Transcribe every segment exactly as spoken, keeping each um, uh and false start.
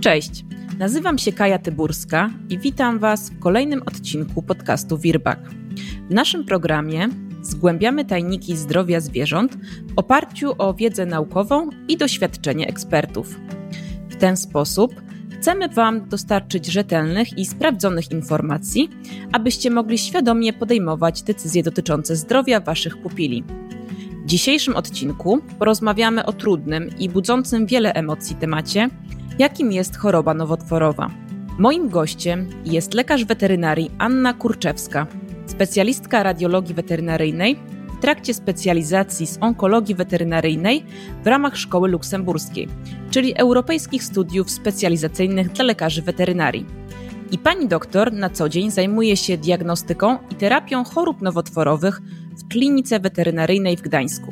Cześć, nazywam się Kaja Tyburska i witam Was w kolejnym odcinku podcastu Wirbak. W naszym programie zgłębiamy tajniki zdrowia zwierząt w oparciu o wiedzę naukową i doświadczenie ekspertów. W ten sposób chcemy Wam dostarczyć rzetelnych i sprawdzonych informacji, abyście mogli świadomie podejmować decyzje dotyczące zdrowia Waszych pupili. W dzisiejszym odcinku porozmawiamy o trudnym i budzącym wiele emocji temacie, jakim jest choroba nowotworowa. Moim gościem jest lekarz weterynarii Anna Kurczewska, specjalistka radiologii weterynaryjnej w trakcie specjalizacji z onkologii weterynaryjnej w ramach Szkoły Luksemburskiej, czyli Europejskich Studiów Specjalizacyjnych dla Lekarzy Weterynarii. I pani doktor na co dzień zajmuje się diagnostyką i terapią chorób nowotworowych w klinice weterynaryjnej w Gdańsku.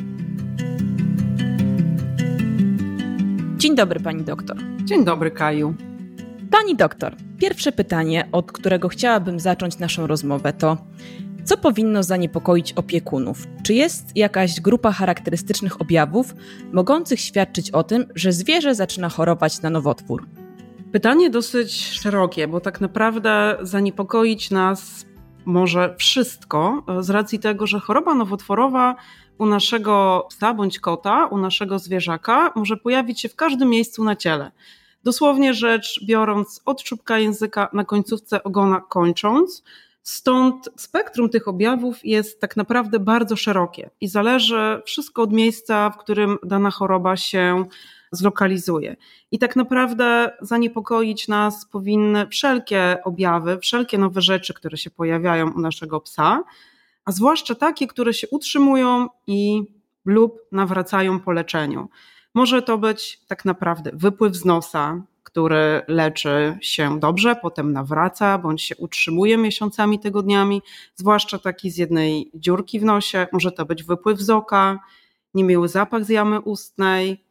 Dzień dobry, pani doktor. Dzień dobry, Kaju. Pani doktor, pierwsze pytanie, od którego chciałabym zacząć naszą rozmowę, to co powinno zaniepokoić opiekunów? Czy jest jakaś grupa charakterystycznych objawów mogących świadczyć o tym, że zwierzę zaczyna chorować na nowotwór? Pytanie dosyć szerokie, bo tak naprawdę zaniepokoić nas może wszystko z racji tego, że choroba nowotworowa u naszego psa bądź kota, u naszego zwierzaka może pojawić się w każdym miejscu na ciele. Dosłownie rzecz biorąc od czubka języka na końcówce ogona kończąc. Stąd spektrum tych objawów jest tak naprawdę bardzo szerokie i zależy wszystko od miejsca, w którym dana choroba się zlokalizuje. I tak naprawdę zaniepokoić nas powinny wszelkie objawy, wszelkie nowe rzeczy, które się pojawiają u naszego psa, a zwłaszcza takie, które się utrzymują i lub nawracają po leczeniu. Może to być tak naprawdę wypływ z nosa, który leczy się dobrze, potem nawraca bądź się utrzymuje miesiącami, tygodniami, zwłaszcza taki z jednej dziurki w nosie. Może to być wypływ z oka, niemiły zapach z jamy ustnej,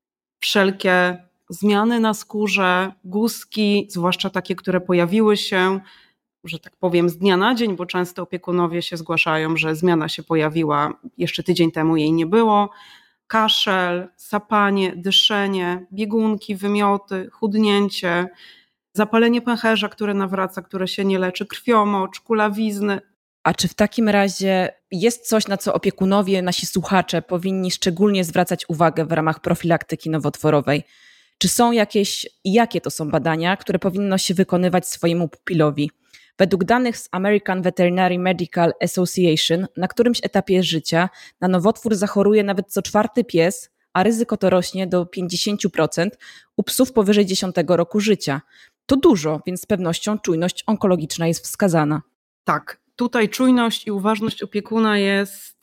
wszelkie zmiany na skórze, guzki, zwłaszcza takie, które pojawiły się, że tak powiem, z dnia na dzień, bo często opiekunowie się zgłaszają, że zmiana się pojawiła, jeszcze tydzień temu jej nie było. Kaszel, sapanie, dyszenie, biegunki, wymioty, chudnięcie, zapalenie pęcherza, które nawraca, które się nie leczy, krwiomocz, kulawizny. A czy w takim razie jest coś, na co opiekunowie, nasi słuchacze powinni szczególnie zwracać uwagę w ramach profilaktyki nowotworowej? Czy są jakieś i jakie to są badania, które powinno się wykonywać swojemu pupilowi? Według danych z American Veterinary Medical Association na którymś etapie życia na nowotwór zachoruje nawet co czwarty pies, a ryzyko to rośnie do pięćdziesiąt procent u psów powyżej dziesiątego roku życia. To dużo, więc z pewnością czujność onkologiczna jest wskazana. Tak, tutaj czujność i uważność opiekuna jest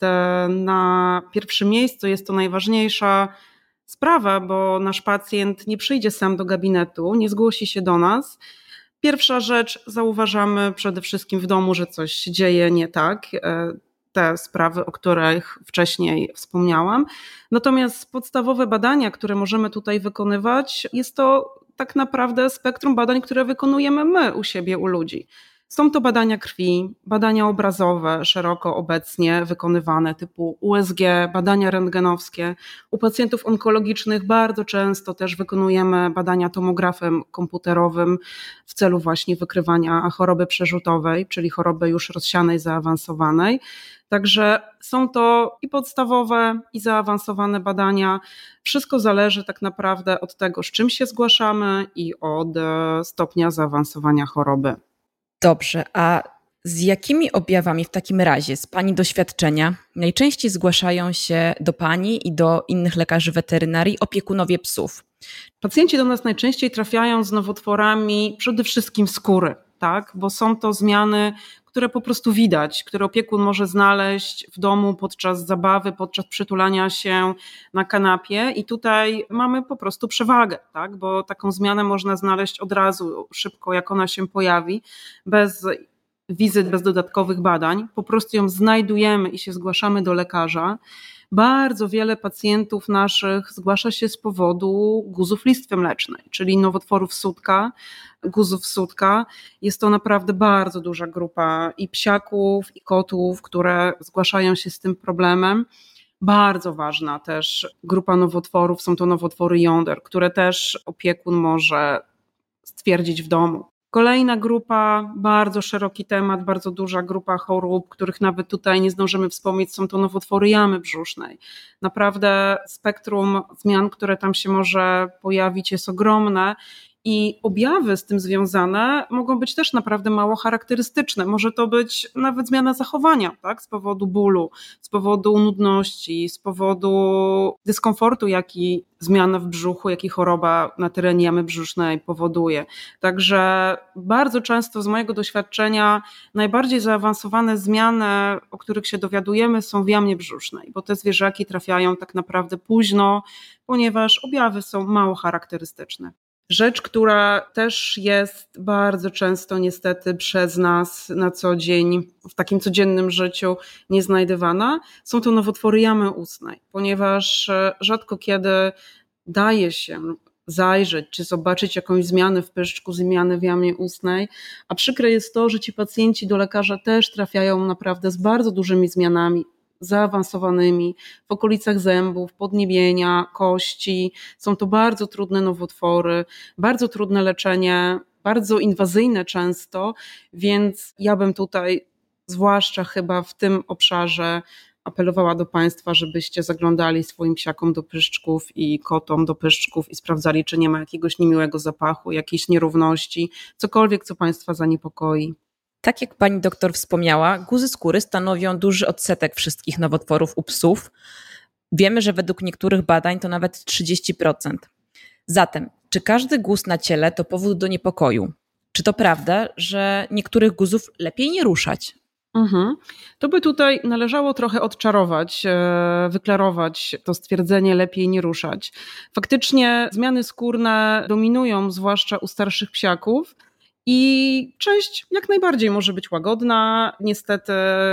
na pierwszym miejscu, jest to najważniejsza sprawa, bo nasz pacjent nie przyjdzie sam do gabinetu, nie zgłosi się do nas. Pierwsza rzecz, zauważamy przede wszystkim w domu, że coś się dzieje nie tak, te sprawy, o których wcześniej wspomniałam. Natomiast podstawowe badania, które możemy tutaj wykonywać, jest to tak naprawdę spektrum badań, które wykonujemy my u siebie, u ludzi. Są to badania krwi, badania obrazowe, szeroko obecnie wykonywane typu U S G, badania rentgenowskie. U pacjentów onkologicznych bardzo często też wykonujemy badania tomografem komputerowym w celu właśnie wykrywania choroby przerzutowej, czyli choroby już rozsianej, zaawansowanej. Także są to i podstawowe, i zaawansowane badania. Wszystko zależy tak naprawdę od tego, z czym się zgłaszamy i od stopnia zaawansowania choroby. Dobrze, a z jakimi objawami w takim razie, z pani doświadczenia, najczęściej zgłaszają się do pani i do innych lekarzy weterynarii opiekunowie psów? Pacjenci do nas najczęściej trafiają z nowotworami przede wszystkim skóry, tak? Bo są to zmiany, które po prostu widać, które opiekun może znaleźć w domu podczas zabawy, podczas przytulania się na kanapie i tutaj mamy po prostu przewagę, tak? Bo taką zmianę można znaleźć od razu, szybko jak ona się pojawi, bez wizyt, bez dodatkowych badań, po prostu ją znajdujemy i się zgłaszamy do lekarza. Bardzo wiele pacjentów naszych zgłasza się z powodu guzów listwy mlecznej, czyli nowotworów sutka, guzów sutka. Jest to naprawdę bardzo duża grupa i psiaków, i kotów, które zgłaszają się z tym problemem. Bardzo ważna też grupa nowotworów są to nowotwory jąder, które też opiekun może stwierdzić w domu. Kolejna grupa, bardzo szeroki temat, bardzo duża grupa chorób, których nawet tutaj nie zdążymy wspomnieć, są to nowotwory jamy brzusznej. Naprawdę spektrum zmian, które tam się może pojawić, jest ogromne. I objawy z tym związane mogą być też naprawdę mało charakterystyczne. Może to być nawet zmiana zachowania, tak? Z powodu bólu, z powodu nudności, z powodu dyskomfortu, jaki zmiana w brzuchu, jaki choroba na terenie jamy brzusznej powoduje. Także bardzo często z mojego doświadczenia najbardziej zaawansowane zmiany, o których się dowiadujemy, są w jamie brzusznej, bo te zwierzaki trafiają tak naprawdę późno, ponieważ objawy są mało charakterystyczne. Rzecz, która też jest bardzo często niestety przez nas na co dzień w takim codziennym życiu nieznajdywana, są to nowotwory jamy ustnej, ponieważ rzadko kiedy daje się zajrzeć czy zobaczyć jakąś zmianę w pyszczku, zmianę w jamie ustnej, a przykre jest to, że ci pacjenci do lekarza też trafiają naprawdę z bardzo dużymi zmianami, zaawansowanymi w okolicach zębów, podniebienia, kości. Są to bardzo trudne nowotwory, bardzo trudne leczenie, bardzo inwazyjne często, więc ja bym tutaj zwłaszcza chyba w tym obszarze apelowała do Państwa, żebyście zaglądali swoim psiakom do pyszczków i kotom do pyszczków i sprawdzali, czy nie ma jakiegoś niemiłego zapachu, jakiejś nierówności, cokolwiek, co Państwa zaniepokoi. Tak jak pani doktor wspomniała, guzy skóry stanowią duży odsetek wszystkich nowotworów u psów. Wiemy, że według niektórych badań to nawet trzydzieści procent. Zatem, czy każdy guz na ciele to powód do niepokoju? Czy to prawda, że niektórych guzów lepiej nie ruszać? Mhm. To by tutaj należało trochę odczarować, wyklarować to stwierdzenie lepiej nie ruszać. Faktycznie zmiany skórne dominują, zwłaszcza u starszych psiaków, i część jak najbardziej może być łagodna. Niestety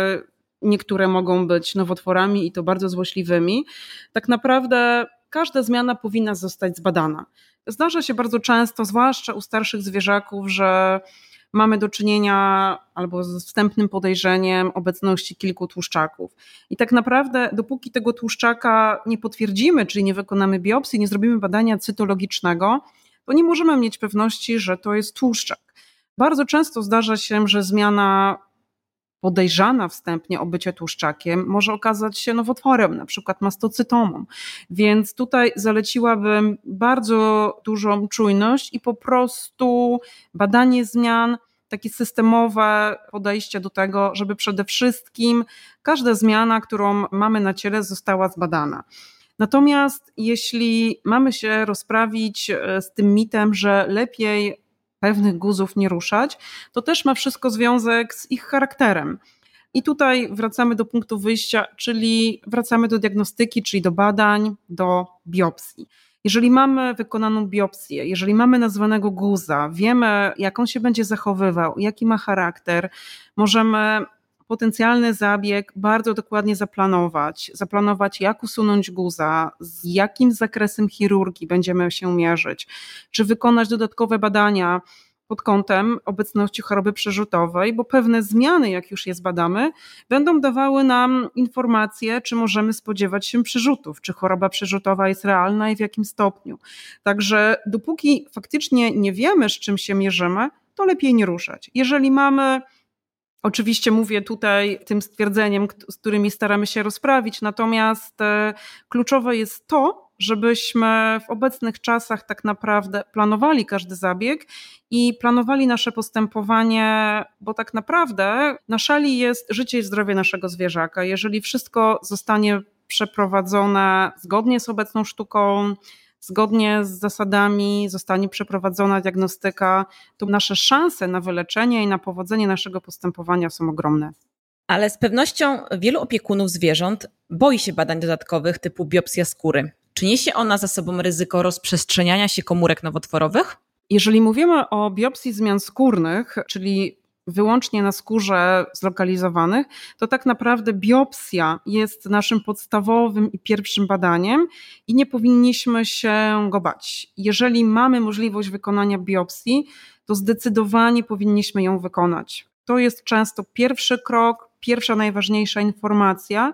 niektóre mogą być nowotworami i to bardzo złośliwymi. Tak naprawdę każda zmiana powinna zostać zbadana. Zdarza się bardzo często, zwłaszcza u starszych zwierzaków, że mamy do czynienia albo z wstępnym podejrzeniem obecności kilku tłuszczaków. I tak naprawdę dopóki tego tłuszczaka nie potwierdzimy, czyli nie wykonamy biopsji, nie zrobimy badania cytologicznego, to nie możemy mieć pewności, że to jest tłuszczak. Bardzo często zdarza się, że zmiana podejrzana wstępnie o bycie tłuszczakiem może okazać się nowotworem, na przykład mastocytomą. Więc tutaj zaleciłabym bardzo dużą czujność i po prostu badanie zmian, takie systemowe podejście do tego, żeby przede wszystkim każda zmiana, którą mamy na ciele, została zbadana. Natomiast jeśli mamy się rozprawić z tym mitem, że lepiej pewnych guzów nie ruszać, to też ma wszystko związek z ich charakterem. I tutaj wracamy do punktu wyjścia, czyli wracamy do diagnostyki, czyli do badań, do biopsji. Jeżeli mamy wykonaną biopsję, jeżeli mamy nazwanego guza, wiemy, jak on się będzie zachowywał, jaki ma charakter, możemy potencjalny zabieg bardzo dokładnie zaplanować. Zaplanować, jak usunąć guza, z jakim zakresem chirurgii będziemy się mierzyć, czy wykonać dodatkowe badania pod kątem obecności choroby przerzutowej, bo pewne zmiany, jak już je zbadamy, będą dawały nam informacje, czy możemy spodziewać się przerzutów, czy choroba przerzutowa jest realna i w jakim stopniu. Także dopóki faktycznie nie wiemy, z czym się mierzymy, to lepiej nie ruszać. Jeżeli mamy, oczywiście mówię tutaj tym stwierdzeniem, z którymi staramy się rozprawić, natomiast kluczowe jest to, żebyśmy w obecnych czasach tak naprawdę planowali każdy zabieg i planowali nasze postępowanie, bo tak naprawdę na szali jest życie i zdrowie naszego zwierzaka. Jeżeli wszystko zostanie przeprowadzone zgodnie z obecną sztuką, zgodnie z zasadami, zostanie przeprowadzona diagnostyka, to nasze szanse na wyleczenie i na powodzenie naszego postępowania są ogromne. Ale z pewnością wielu opiekunów zwierząt boi się badań dodatkowych typu biopsja skóry. Czy niesie ona za sobą ryzyko rozprzestrzeniania się komórek nowotworowych? Jeżeli mówimy o biopsji zmian skórnych, czyli wyłącznie na skórze zlokalizowanych, to tak naprawdę biopsja jest naszym podstawowym i pierwszym badaniem i nie powinniśmy się go bać. Jeżeli mamy możliwość wykonania biopsji, to zdecydowanie powinniśmy ją wykonać. To jest często pierwszy krok, pierwsza najważniejsza informacja.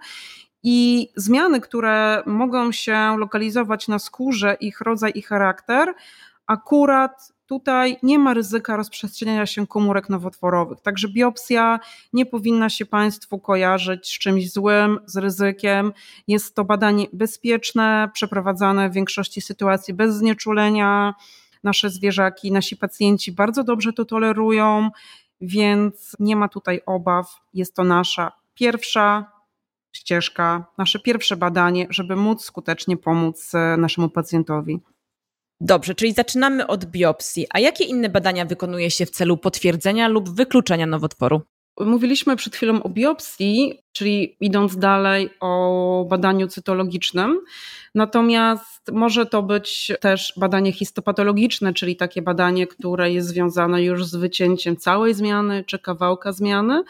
I zmiany, które mogą się lokalizować na skórze, ich rodzaj i charakter, akurat tutaj nie ma ryzyka rozprzestrzeniania się komórek nowotworowych. Także biopsja nie powinna się Państwu kojarzyć z czymś złym, z ryzykiem. Jest to badanie bezpieczne, przeprowadzane w większości sytuacji bez znieczulenia. Nasze zwierzaki, nasi pacjenci bardzo dobrze to tolerują, więc nie ma tutaj obaw. Jest to nasza pierwsza ścieżka, nasze pierwsze badanie, żeby móc skutecznie pomóc naszemu pacjentowi. Dobrze, czyli zaczynamy od biopsji. A jakie inne badania wykonuje się w celu potwierdzenia lub wykluczenia nowotworu? Mówiliśmy przed chwilą o biopsji, czyli idąc dalej o badaniu cytologicznym, natomiast może to być też badanie histopatologiczne, czyli takie badanie, które jest związane już z wycięciem całej zmiany czy kawałka zmiany,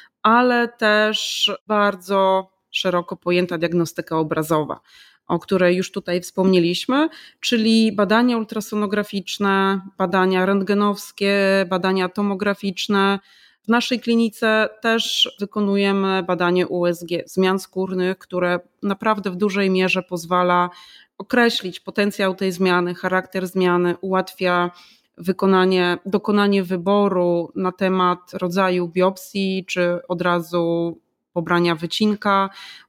ale też bardzo szeroko pojęta diagnostyka obrazowa, o której już tutaj wspomnieliśmy, czyli badania ultrasonograficzne, badania rentgenowskie, badania tomograficzne. W naszej klinice też wykonujemy badanie U S G zmian skórnych, które naprawdę w dużej mierze pozwala określić potencjał tej zmiany, charakter zmiany, ułatwia wykonanie, dokonanie wyboru na temat rodzaju biopsji, czy od razu pobrania wycinka,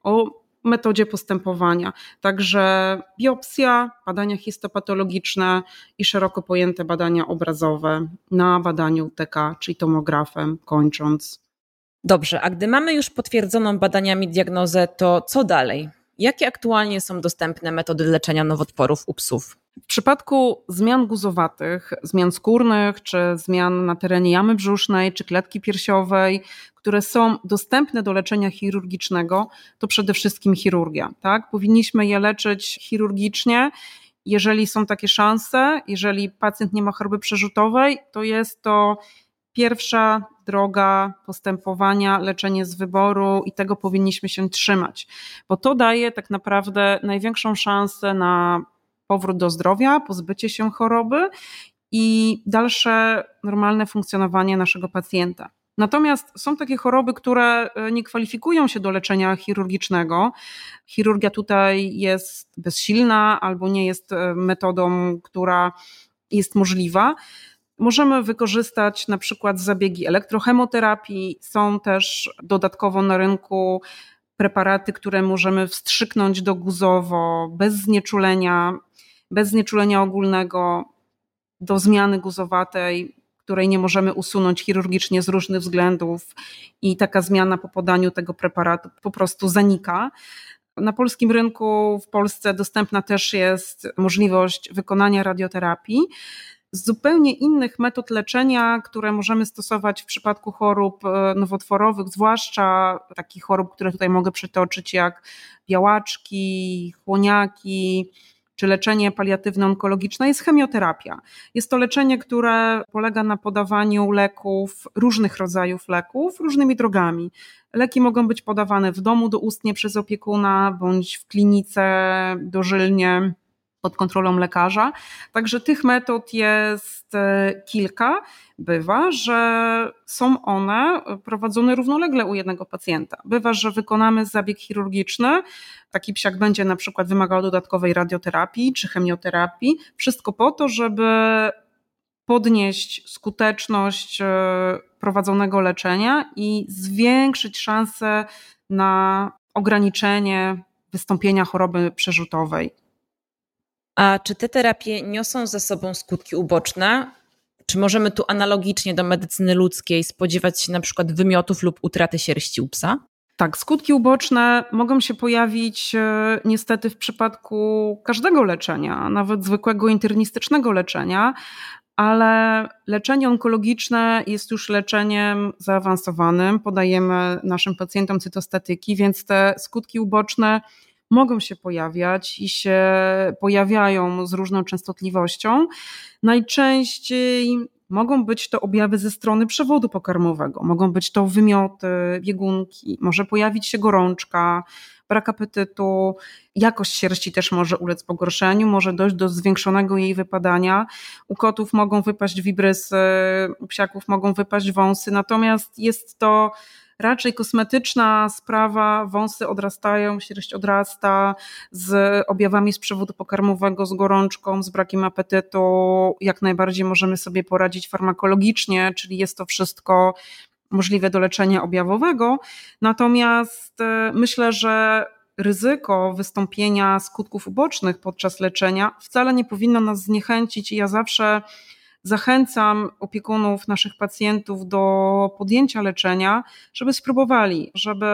o metodzie postępowania. Także biopsja, badania histopatologiczne i szeroko pojęte badania obrazowe na badaniu T K, czyli tomografem, kończąc. Dobrze, a gdy mamy już potwierdzoną badaniami diagnozę, to co dalej? Jakie aktualnie są dostępne metody leczenia nowotworów u psów? W przypadku zmian guzowatych, zmian skórnych, czy zmian na terenie jamy brzusznej, czy klatki piersiowej, które są dostępne do leczenia chirurgicznego, to przede wszystkim chirurgia. Tak? Powinniśmy je leczyć chirurgicznie. Jeżeli są takie szanse, jeżeli pacjent nie ma choroby przerzutowej, to jest to pierwsza droga postępowania, leczenie z wyboru i tego powinniśmy się trzymać, bo to daje tak naprawdę największą szansę na powrót do zdrowia, pozbycie się choroby i dalsze normalne funkcjonowanie naszego pacjenta. Natomiast są takie choroby, które nie kwalifikują się do leczenia chirurgicznego. Chirurgia tutaj jest bezsilna albo nie jest metodą, która jest możliwa. Możemy wykorzystać na przykład zabiegi elektrochemoterapii. Są też dodatkowo na rynku preparaty, które możemy wstrzyknąć doguzowo, bez znieczulenia, bez znieczulenia ogólnego do zmiany guzowatej, której nie możemy usunąć chirurgicznie z różnych względów i taka zmiana po podaniu tego preparatu po prostu zanika. Na polskim rynku w Polsce dostępna też jest możliwość wykonania radioterapii. Z zupełnie innych metod leczenia, które możemy stosować w przypadku chorób nowotworowych, zwłaszcza takich chorób, które tutaj mogę przytoczyć, jak białaczki, chłoniaki, czy leczenie paliatywne onkologiczne, jest chemioterapia. Jest to leczenie, które polega na podawaniu leków, różnych rodzajów leków, różnymi drogami. Leki mogą być podawane w domu doustnie przez opiekuna, bądź w klinice dożylnie pod kontrolą lekarza. Także tych metod jest kilka. Bywa, że są one prowadzone równolegle u jednego pacjenta. Bywa, że wykonamy zabieg chirurgiczny. Taki psiak będzie na przykład wymagał dodatkowej radioterapii czy chemioterapii. Wszystko po to, żeby podnieść skuteczność prowadzonego leczenia i zwiększyć szanse na ograniczenie wystąpienia choroby przerzutowej. A czy te terapie niosą ze sobą skutki uboczne? Czy możemy tu analogicznie do medycyny ludzkiej spodziewać się na przykład wymiotów lub utraty sierści u psa? Tak, skutki uboczne mogą się pojawić niestety w przypadku każdego leczenia, nawet zwykłego internistycznego leczenia, ale leczenie onkologiczne jest już leczeniem zaawansowanym. Podajemy naszym pacjentom cytostatyki, więc te skutki uboczne mogą się pojawiać i się pojawiają z różną częstotliwością. Najczęściej mogą być to objawy ze strony przewodu pokarmowego, mogą być to wymioty, biegunki, może pojawić się gorączka, brak apetytu, jakość sierści też może ulec pogorszeniu, może dojść do zwiększonego jej wypadania. U kotów mogą wypaść wibrysy, u psiaków mogą wypaść wąsy, natomiast jest to raczej kosmetyczna sprawa, wąsy odrastają, sierść odrasta, z objawami z przewodu pokarmowego, z gorączką, z brakiem apetytu, jak najbardziej możemy sobie poradzić farmakologicznie, czyli jest to wszystko możliwe do leczenia objawowego. Natomiast myślę, że ryzyko wystąpienia skutków ubocznych podczas leczenia wcale nie powinno nas zniechęcić i ja zawsze zachęcam opiekunów naszych pacjentów do podjęcia leczenia, żeby spróbowali, żeby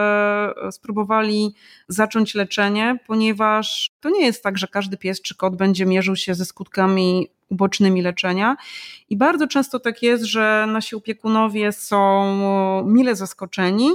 spróbowali zacząć leczenie, ponieważ to nie jest tak, że każdy pies czy kot będzie mierzył się ze skutkami ubocznymi leczenia i bardzo często tak jest, że nasi opiekunowie są mile zaskoczeni,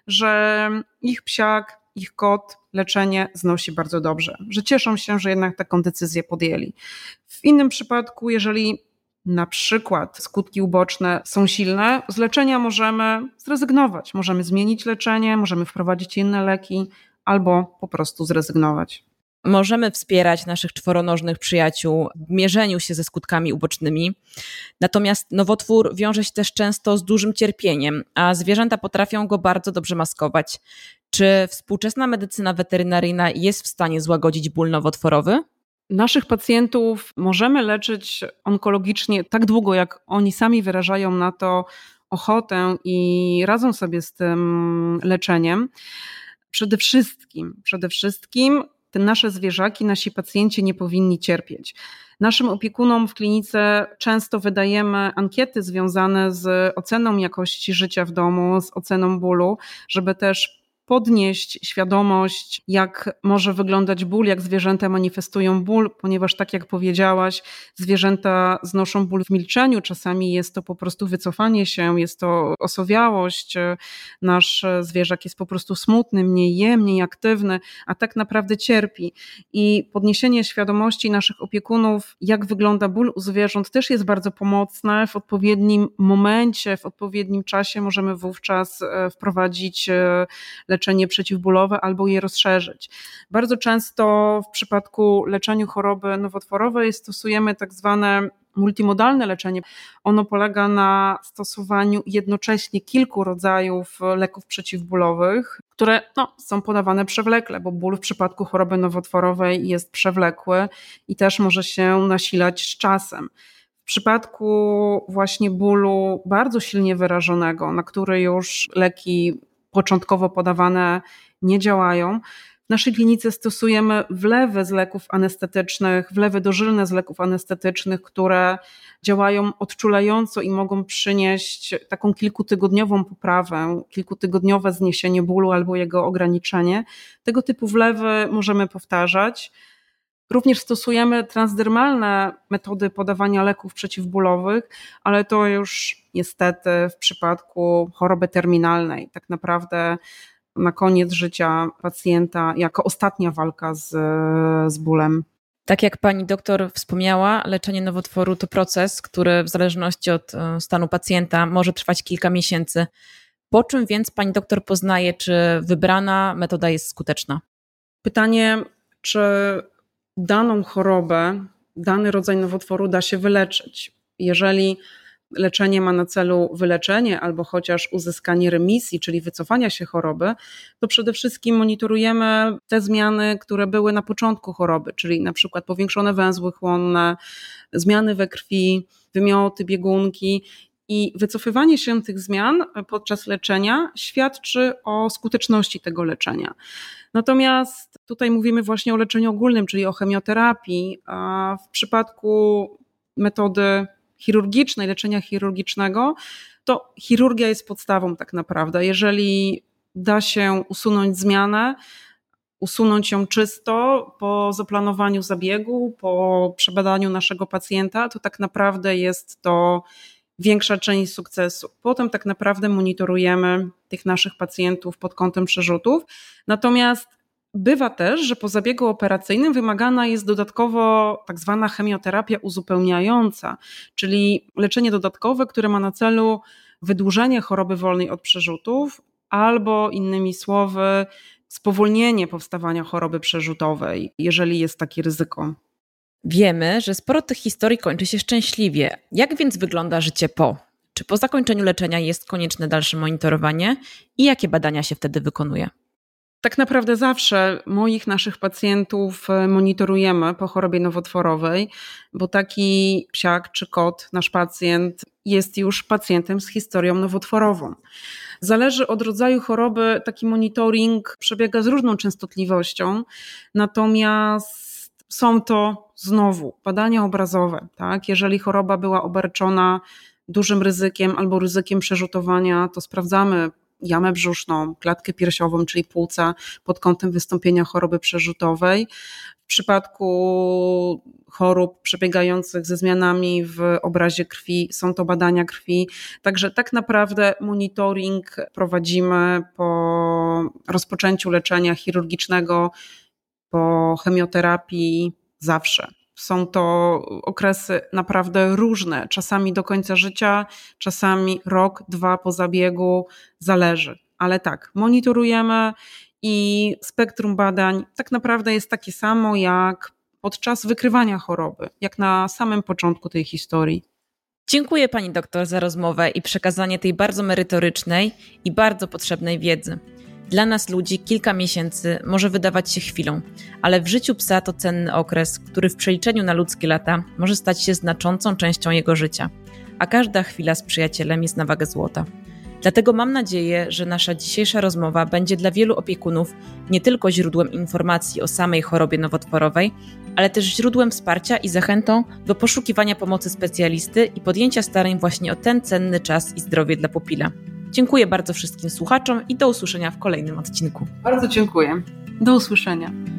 że ich psiak, ich kot leczenie znosi bardzo dobrze, że cieszą się, że jednak taką decyzję podjęli. W innym przypadku, jeżeli na przykład skutki uboczne są silne, z leczenia możemy zrezygnować, możemy zmienić leczenie, możemy wprowadzić inne leki albo po prostu zrezygnować. Możemy wspierać naszych czworonożnych przyjaciół w mierzeniu się ze skutkami ubocznymi, natomiast nowotwór wiąże się też często z dużym cierpieniem, a zwierzęta potrafią go bardzo dobrze maskować. Czy współczesna medycyna weterynaryjna jest w stanie złagodzić ból nowotworowy? Naszych pacjentów możemy leczyć onkologicznie tak długo, jak oni sami wyrażają na to ochotę i radzą sobie z tym leczeniem. Przede wszystkim, przede wszystkim te nasze zwierzaki, nasi pacjenci nie powinni cierpieć. Naszym opiekunom w klinice często wydajemy ankiety związane z oceną jakości życia w domu, z oceną bólu, żeby też podnieść świadomość, jak może wyglądać ból, jak zwierzęta manifestują ból, ponieważ tak jak powiedziałaś, zwierzęta znoszą ból w milczeniu, czasami jest to po prostu wycofanie się, jest to osowiałość, nasz zwierzak jest po prostu smutny, mniej je, mniej aktywny, a tak naprawdę cierpi. I podniesienie świadomości naszych opiekunów, jak wygląda ból u zwierząt, też jest bardzo pomocne. W odpowiednim momencie, w odpowiednim czasie możemy wówczas wprowadzić leczenie leczenie przeciwbólowe albo je rozszerzyć. Bardzo często w przypadku leczenia choroby nowotworowej stosujemy tak zwane multimodalne leczenie. Ono polega na stosowaniu jednocześnie kilku rodzajów leków przeciwbólowych, które no, są podawane przewlekle, bo ból w przypadku choroby nowotworowej jest przewlekły i też może się nasilać z czasem. W przypadku właśnie bólu bardzo silnie wyrażonego, na który już leki początkowo podawane nie działają, w naszej klinice stosujemy wlewy z leków anestetycznych, wlewy dożylne z leków anestetycznych, które działają odczulająco i mogą przynieść taką kilkutygodniową poprawę, kilkutygodniowe zniesienie bólu albo jego ograniczenie. Tego typu wlewy możemy powtarzać. Również stosujemy transdermalne metody podawania leków przeciwbólowych, ale to już niestety w przypadku choroby terminalnej. Tak naprawdę na koniec życia pacjenta jako ostatnia walka z, z bólem. Tak jak pani doktor wspomniała, leczenie nowotworu to proces, który w zależności od stanu pacjenta może trwać kilka miesięcy. Po czym więc pani doktor poznaje, czy wybrana metoda jest skuteczna? Pytanie, czy daną chorobę, dany rodzaj nowotworu da się wyleczyć. Jeżeli leczenie ma na celu wyleczenie albo chociaż uzyskanie remisji, czyli wycofania się choroby, to przede wszystkim monitorujemy te zmiany, które były na początku choroby, czyli na przykład powiększone węzły chłonne, zmiany we krwi, wymioty, biegunki. I wycofywanie się tych zmian podczas leczenia świadczy o skuteczności tego leczenia. Natomiast tutaj mówimy właśnie o leczeniu ogólnym, czyli o chemioterapii, a w przypadku metody chirurgicznej, leczenia chirurgicznego, to chirurgia jest podstawą tak naprawdę. Jeżeli da się usunąć zmianę, usunąć ją czysto po zaplanowaniu zabiegu, po przebadaniu naszego pacjenta, to tak naprawdę jest to większa część sukcesu. Potem tak naprawdę monitorujemy tych naszych pacjentów pod kątem przerzutów. Natomiast bywa też, że po zabiegu operacyjnym wymagana jest dodatkowo tak zwana chemioterapia uzupełniająca, czyli leczenie dodatkowe, które ma na celu wydłużenie choroby wolnej od przerzutów albo innymi słowy spowolnienie powstawania choroby przerzutowej, jeżeli jest takie ryzyko. Wiemy, że sporo tych historii kończy się szczęśliwie. Jak więc wygląda życie po? Czy po zakończeniu leczenia jest konieczne dalsze monitorowanie i jakie badania się wtedy wykonuje? Tak naprawdę zawsze moich, naszych pacjentów monitorujemy po chorobie nowotworowej, bo taki psiak czy kot, nasz pacjent, jest już pacjentem z historią nowotworową. Zależy od rodzaju choroby, taki monitoring przebiega z różną częstotliwością, natomiast są to znowu badania obrazowe. Tak? Jeżeli choroba była obarczona dużym ryzykiem albo ryzykiem przerzutowania, to sprawdzamy jamę brzuszną, klatkę piersiową, czyli płuca pod kątem wystąpienia choroby przerzutowej. W przypadku chorób przebiegających ze zmianami w obrazie krwi są to badania krwi. Także tak naprawdę monitoring prowadzimy po rozpoczęciu leczenia chirurgicznego, po chemioterapii zawsze. Są to okresy naprawdę różne, czasami do końca życia, czasami rok, dwa po zabiegu, zależy. Ale tak, monitorujemy i spektrum badań tak naprawdę jest takie samo jak podczas wykrywania choroby, jak na samym początku tej historii. Dziękuję pani doktor za rozmowę i przekazanie tej bardzo merytorycznej i bardzo potrzebnej wiedzy. Dla nas ludzi kilka miesięcy może wydawać się chwilą, ale w życiu psa to cenny okres, który w przeliczeniu na ludzkie lata może stać się znaczącą częścią jego życia, a każda chwila z przyjacielem jest na wagę złota. Dlatego mam nadzieję, że nasza dzisiejsza rozmowa będzie dla wielu opiekunów nie tylko źródłem informacji o samej chorobie nowotworowej, ale też źródłem wsparcia i zachętą do poszukiwania pomocy specjalisty i podjęcia starań właśnie o ten cenny czas i zdrowie dla pupila. Dziękuję bardzo wszystkim słuchaczom i do usłyszenia w kolejnym odcinku. Bardzo dziękuję. Do usłyszenia.